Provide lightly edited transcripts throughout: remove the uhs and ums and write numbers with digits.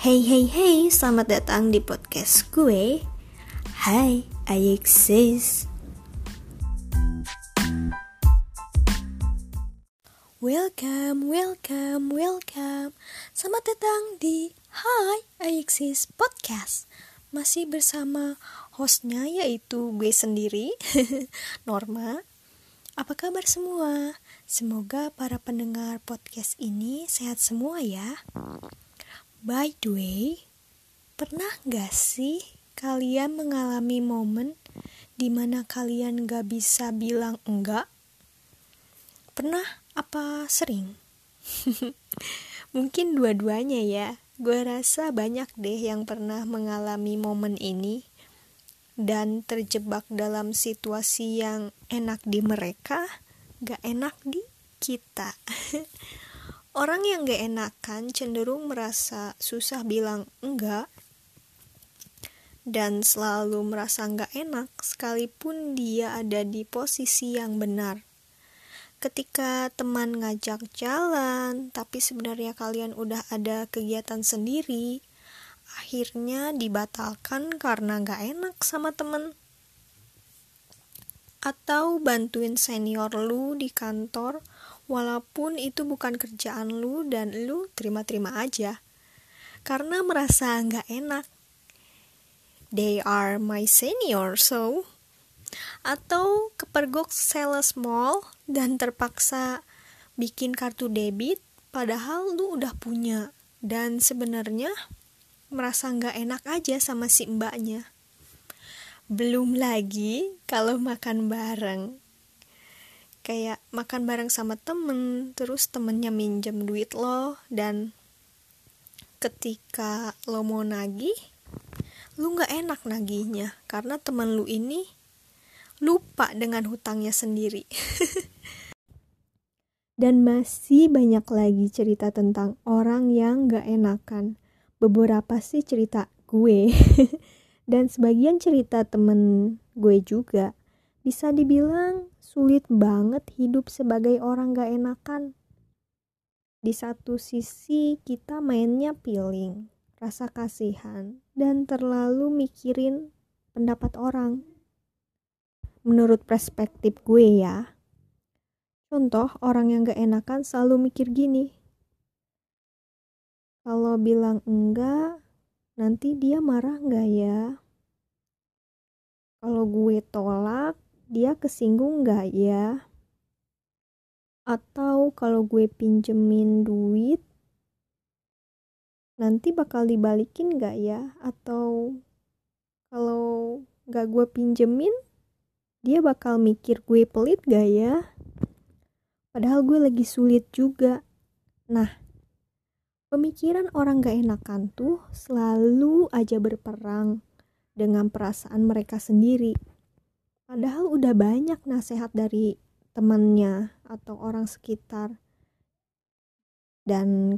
Hey hey hey, selamat datang di podcast gue. Hai, I exist. Welcome. Selamat datang di Hai, I exist podcast. Masih bersama hostnya yaitu gue sendiri, Norma. Apa kabar semua? Semoga para pendengar podcast ini sehat semua ya. By the way, pernah gak sih kalian mengalami momen dimana kalian gak bisa bilang enggak? Pernah apa sering? Mungkin dua-duanya ya. Gue rasa banyak deh yang pernah mengalami momen ini dan terjebak dalam situasi yang enak di mereka, gak enak di kita. Orang yang gak enakan cenderung merasa susah bilang enggak dan selalu merasa gak enak sekalipun dia ada di posisi yang benar. Ketika teman ngajak jalan, tapi sebenarnya kalian udah ada kegiatan sendiri, akhirnya dibatalkan karena gak enak sama temen. Atau bantuin senior lu di kantor, walaupun itu bukan kerjaan lu dan lu terima-terima aja karena merasa gak enak. They are my senior, so. Atau kepergok sales mall dan terpaksa bikin kartu debit padahal lu udah punya dan sebenarnya merasa gak enak aja sama si mbaknya. Belum lagi kalau makan bareng, kayak makan bareng sama temen, terus temennya minjem duit lo, dan ketika lo mau nagih, lu gak enak nagihnya karena temen lu ini lupa dengan hutangnya sendiri. Dan masih banyak lagi cerita tentang orang yang gak enakan. Beberapa sih cerita gue dan sebagian cerita temen gue juga. Bisa dibilang sulit banget hidup sebagai orang gak enakan. Di satu sisi kita mainnya feeling, rasa kasihan, dan terlalu mikirin pendapat orang. Menurut perspektif gue ya. Contoh, orang yang gak enakan selalu mikir gini. Kalau bilang enggak, nanti dia marah gak ya? Kalau gue tolak, dia kesinggung gak ya? Atau kalau gue pinjemin duit, nanti bakal dibalikin gak ya? Atau kalau gak gue pinjemin, dia bakal mikir gue pelit gak ya? Padahal gue lagi sulit juga. Nah, pemikiran orang gak enakan tuh selalu aja berperang dengan perasaan mereka sendiri. Padahal udah banyak nasihat dari temannya atau orang sekitar. Dan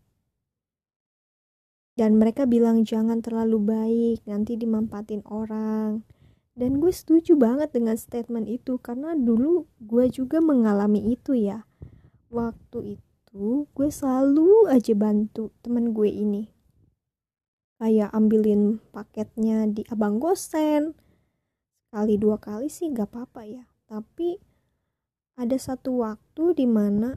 mereka bilang jangan terlalu baik, nanti dimanfaatin orang. Dan gue setuju banget dengan statement itu karena dulu gue juga mengalami itu ya. Waktu itu gue selalu aja bantu temen gue ini, kayak ambilin paketnya di abang gosen. Sekali dua kali sih gak apa-apa ya, tapi ada satu waktu dimana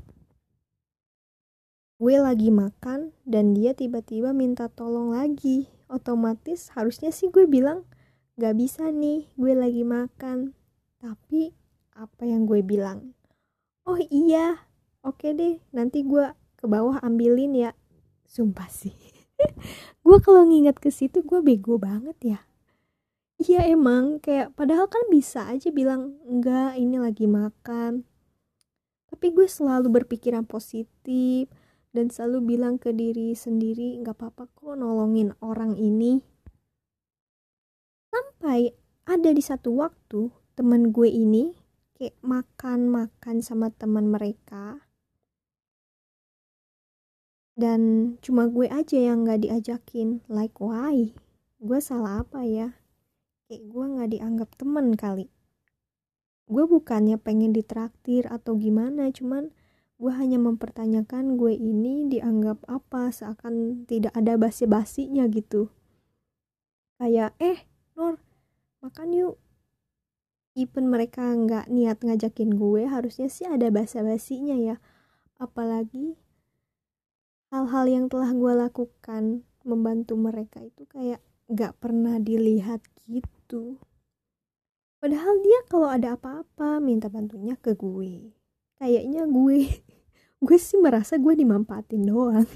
gue lagi makan dan dia tiba-tiba minta tolong lagi. Otomatis harusnya sih gue bilang gak bisa nih, gue lagi makan. Tapi apa yang gue bilang? Oh iya, oke deh, nanti gue ke bawah ambilin ya. Sumpah sih. Gue kalau nginget ke situ gue bego banget ya. Iya emang, kayak padahal kan bisa aja bilang enggak, ini lagi makan. Tapi gue selalu berpikiran positif dan selalu bilang ke diri sendiri gak apa-apa kok nolongin orang ini. Sampai ada di satu waktu temen gue ini kayak makan sama teman mereka. Dan cuma gue aja yang gak diajakin. Like why? Gue salah apa ya? Kayak gue gak dianggap temen kali. Gue bukannya pengen ditraktir atau gimana, cuman Gue hanya mempertanyakan gue ini dianggap apa, seakan tidak ada basi-basinya gitu. Kayak, Nur, makan yuk. Even mereka nggak niat ngajakin gue, harusnya sih ada basa-basinya ya. Apalagi hal-hal yang telah gue lakukan membantu mereka itu kayak nggak pernah dilihat gitu. Padahal dia kalau ada apa-apa minta bantunya ke gue. Kayaknya gue sih merasa gue dimanfaatin doang.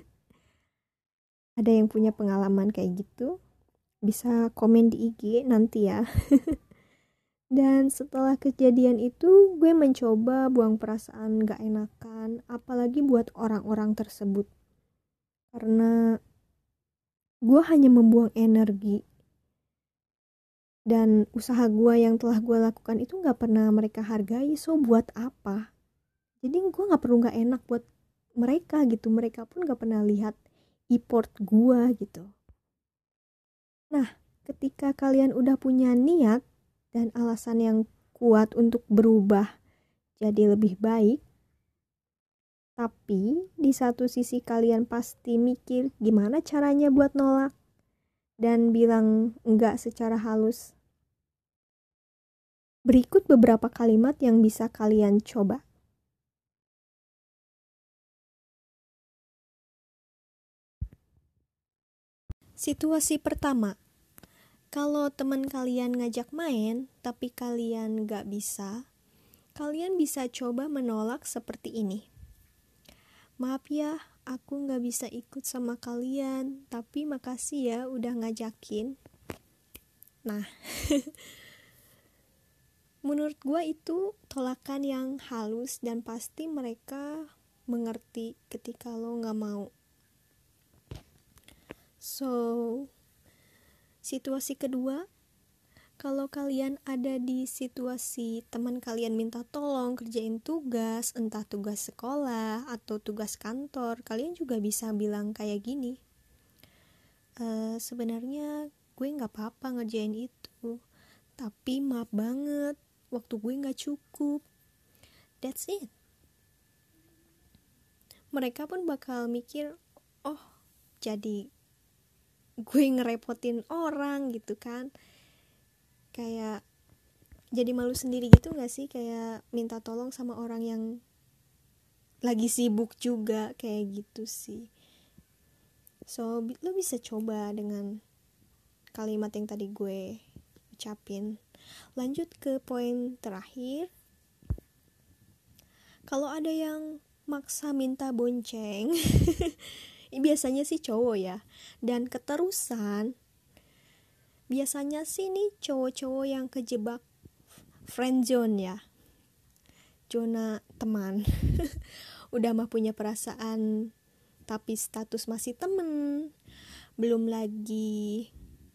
Ada yang punya pengalaman kayak gitu? Bisa komen di IG nanti ya. Dan setelah kejadian itu gue mencoba buang perasaan gak enakan, apalagi buat orang-orang tersebut. Karena gue hanya membuang energi. Dan usaha gue yang telah gue lakukan itu gak pernah mereka hargai, so buat apa? Jadi gue gak perlu gak enak buat mereka gitu. Mereka pun gak pernah lihat effort gue gitu. Nah, ketika kalian udah punya niat dan alasan yang kuat untuk berubah jadi lebih baik, tapi di satu sisi kalian pasti mikir gimana caranya buat nolak dan bilang enggak secara halus. Berikut beberapa kalimat yang bisa kalian coba. Situasi pertama, kalau teman kalian ngajak main tapi kalian gak bisa, kalian bisa coba menolak seperti ini. Maaf ya, aku gak bisa ikut sama kalian, tapi makasih ya udah ngajakin. Nah, menurut gue itu tolakan yang halus dan pasti mereka mengerti ketika lo gak mau. So, situasi kedua, kalau kalian ada di situasi teman kalian minta tolong kerjain tugas, entah tugas sekolah atau tugas kantor, kalian juga bisa bilang kayak gini. Sebenarnya gue gak apa-apa ngerjain itu, tapi maaf banget, waktu gue gak cukup. That's it. Mereka pun bakal mikir, oh jadi gue ngerepotin orang gitu kan. Kayak jadi malu sendiri gitu gak sih, kayak minta tolong sama orang yang lagi sibuk juga, kayak gitu sih. So lo bisa coba dengan kalimat yang tadi gue ucapin. Lanjut ke poin terakhir. Kalau ada yang maksa minta bonceng biasanya sih cowok ya, dan keterusan biasanya sih nih cowok-cowok yang kejebak friendzone ya, zona teman. Udah mah punya perasaan tapi status masih temen, belum lagi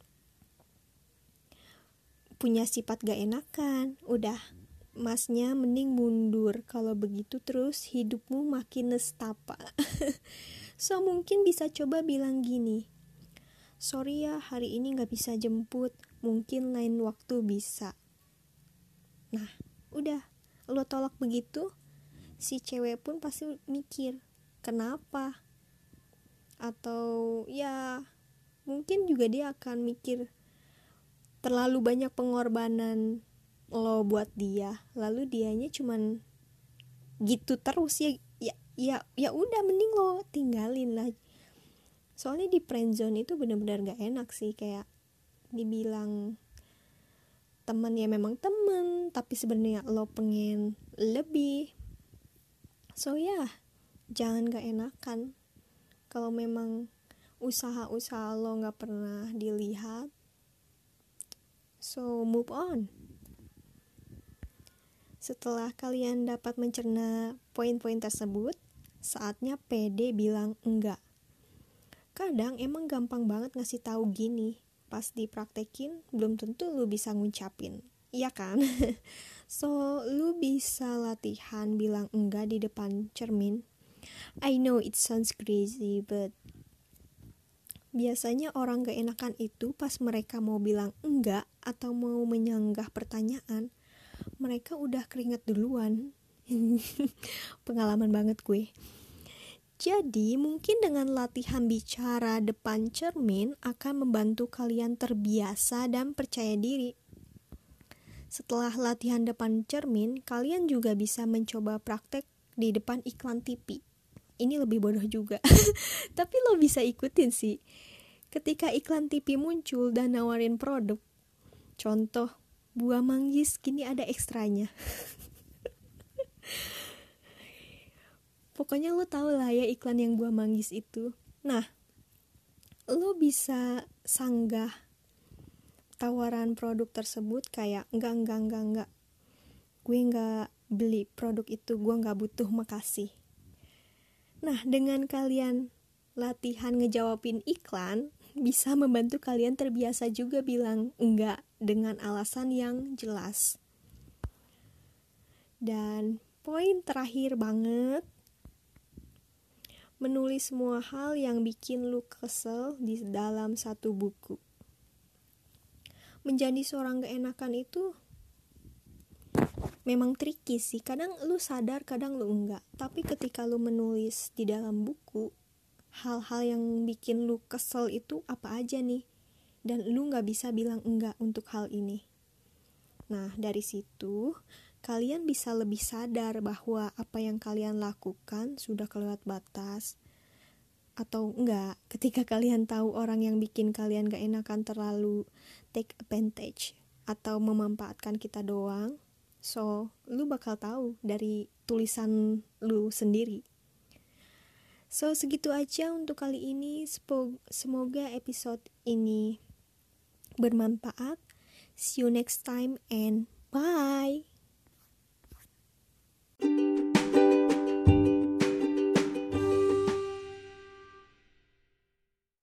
punya sifat gak enakan, udah masnya mending mundur, kalau begitu terus hidupmu makin nestapa. So mungkin bisa coba bilang gini, sorry ya hari ini gak bisa jemput, mungkin lain waktu bisa. Nah udah, lo tolak begitu, si cewek pun pasti mikir kenapa, atau ya mungkin juga dia akan mikir terlalu banyak pengorbanan lo buat dia, lalu dianya cuman gitu terus ya udah mending lo tinggalin lah. Soalnya di friendzone itu benar-benar gak enak sih, kayak dibilang teman ya memang teman, tapi sebenarnya lo pengen lebih. So ya, jangan gak enakan kalau memang usaha-usaha lo gak pernah dilihat. So move on. Setelah kalian dapat mencerna poin-poin tersebut, saatnya pede bilang enggak. Kadang emang gampang banget ngasih tahu gini, pas dipraktekin belum tentu lu bisa ngucapin, iya kan? So lu bisa latihan bilang enggak di depan cermin. I know it sounds crazy, but biasanya orang gak enakan itu pas mereka mau bilang enggak atau mau menyanggah pertanyaan, mereka udah keringet duluan. Pengalaman banget gue. Jadi mungkin dengan latihan bicara depan cermin akan membantu kalian terbiasa dan percaya diri. Setelah latihan depan cermin, kalian juga bisa mencoba praktek di depan iklan TV. Ini lebih bodoh juga. Tapi lo bisa ikutin sih. Ketika iklan TV muncul dan nawarin produk, contoh, buah manggis kini ada ekstranya. Pokoknya lo tau lah ya iklan yang buah manggis itu. Nah, lo bisa sanggah tawaran produk tersebut kayak enggak. Gue enggak beli produk itu, gue enggak butuh, makasih. Nah, dengan kalian latihan ngejawabin iklan, bisa membantu kalian terbiasa juga bilang enggak dengan alasan yang jelas. Dan poin terakhir banget, menulis semua hal yang bikin lu kesel di dalam satu buku. Menjadi seorang gak enakan itu memang tricky sih. Kadang lu sadar, kadang lu enggak. Tapi ketika lu menulis di dalam buku, hal-hal yang bikin lu kesel itu apa aja nih? Dan lu gak bisa bilang enggak untuk hal ini. Nah, dari situ kalian bisa lebih sadar bahwa apa yang kalian lakukan sudah kelewat batas atau enggak. Ketika kalian tahu orang yang bikin kalian gak enakan terlalu take advantage atau memanfaatkan kita doang, so lu bakal tahu dari tulisan lu sendiri. So segitu aja untuk kali ini. Semoga episode ini bermanfaat. See you next time and bye.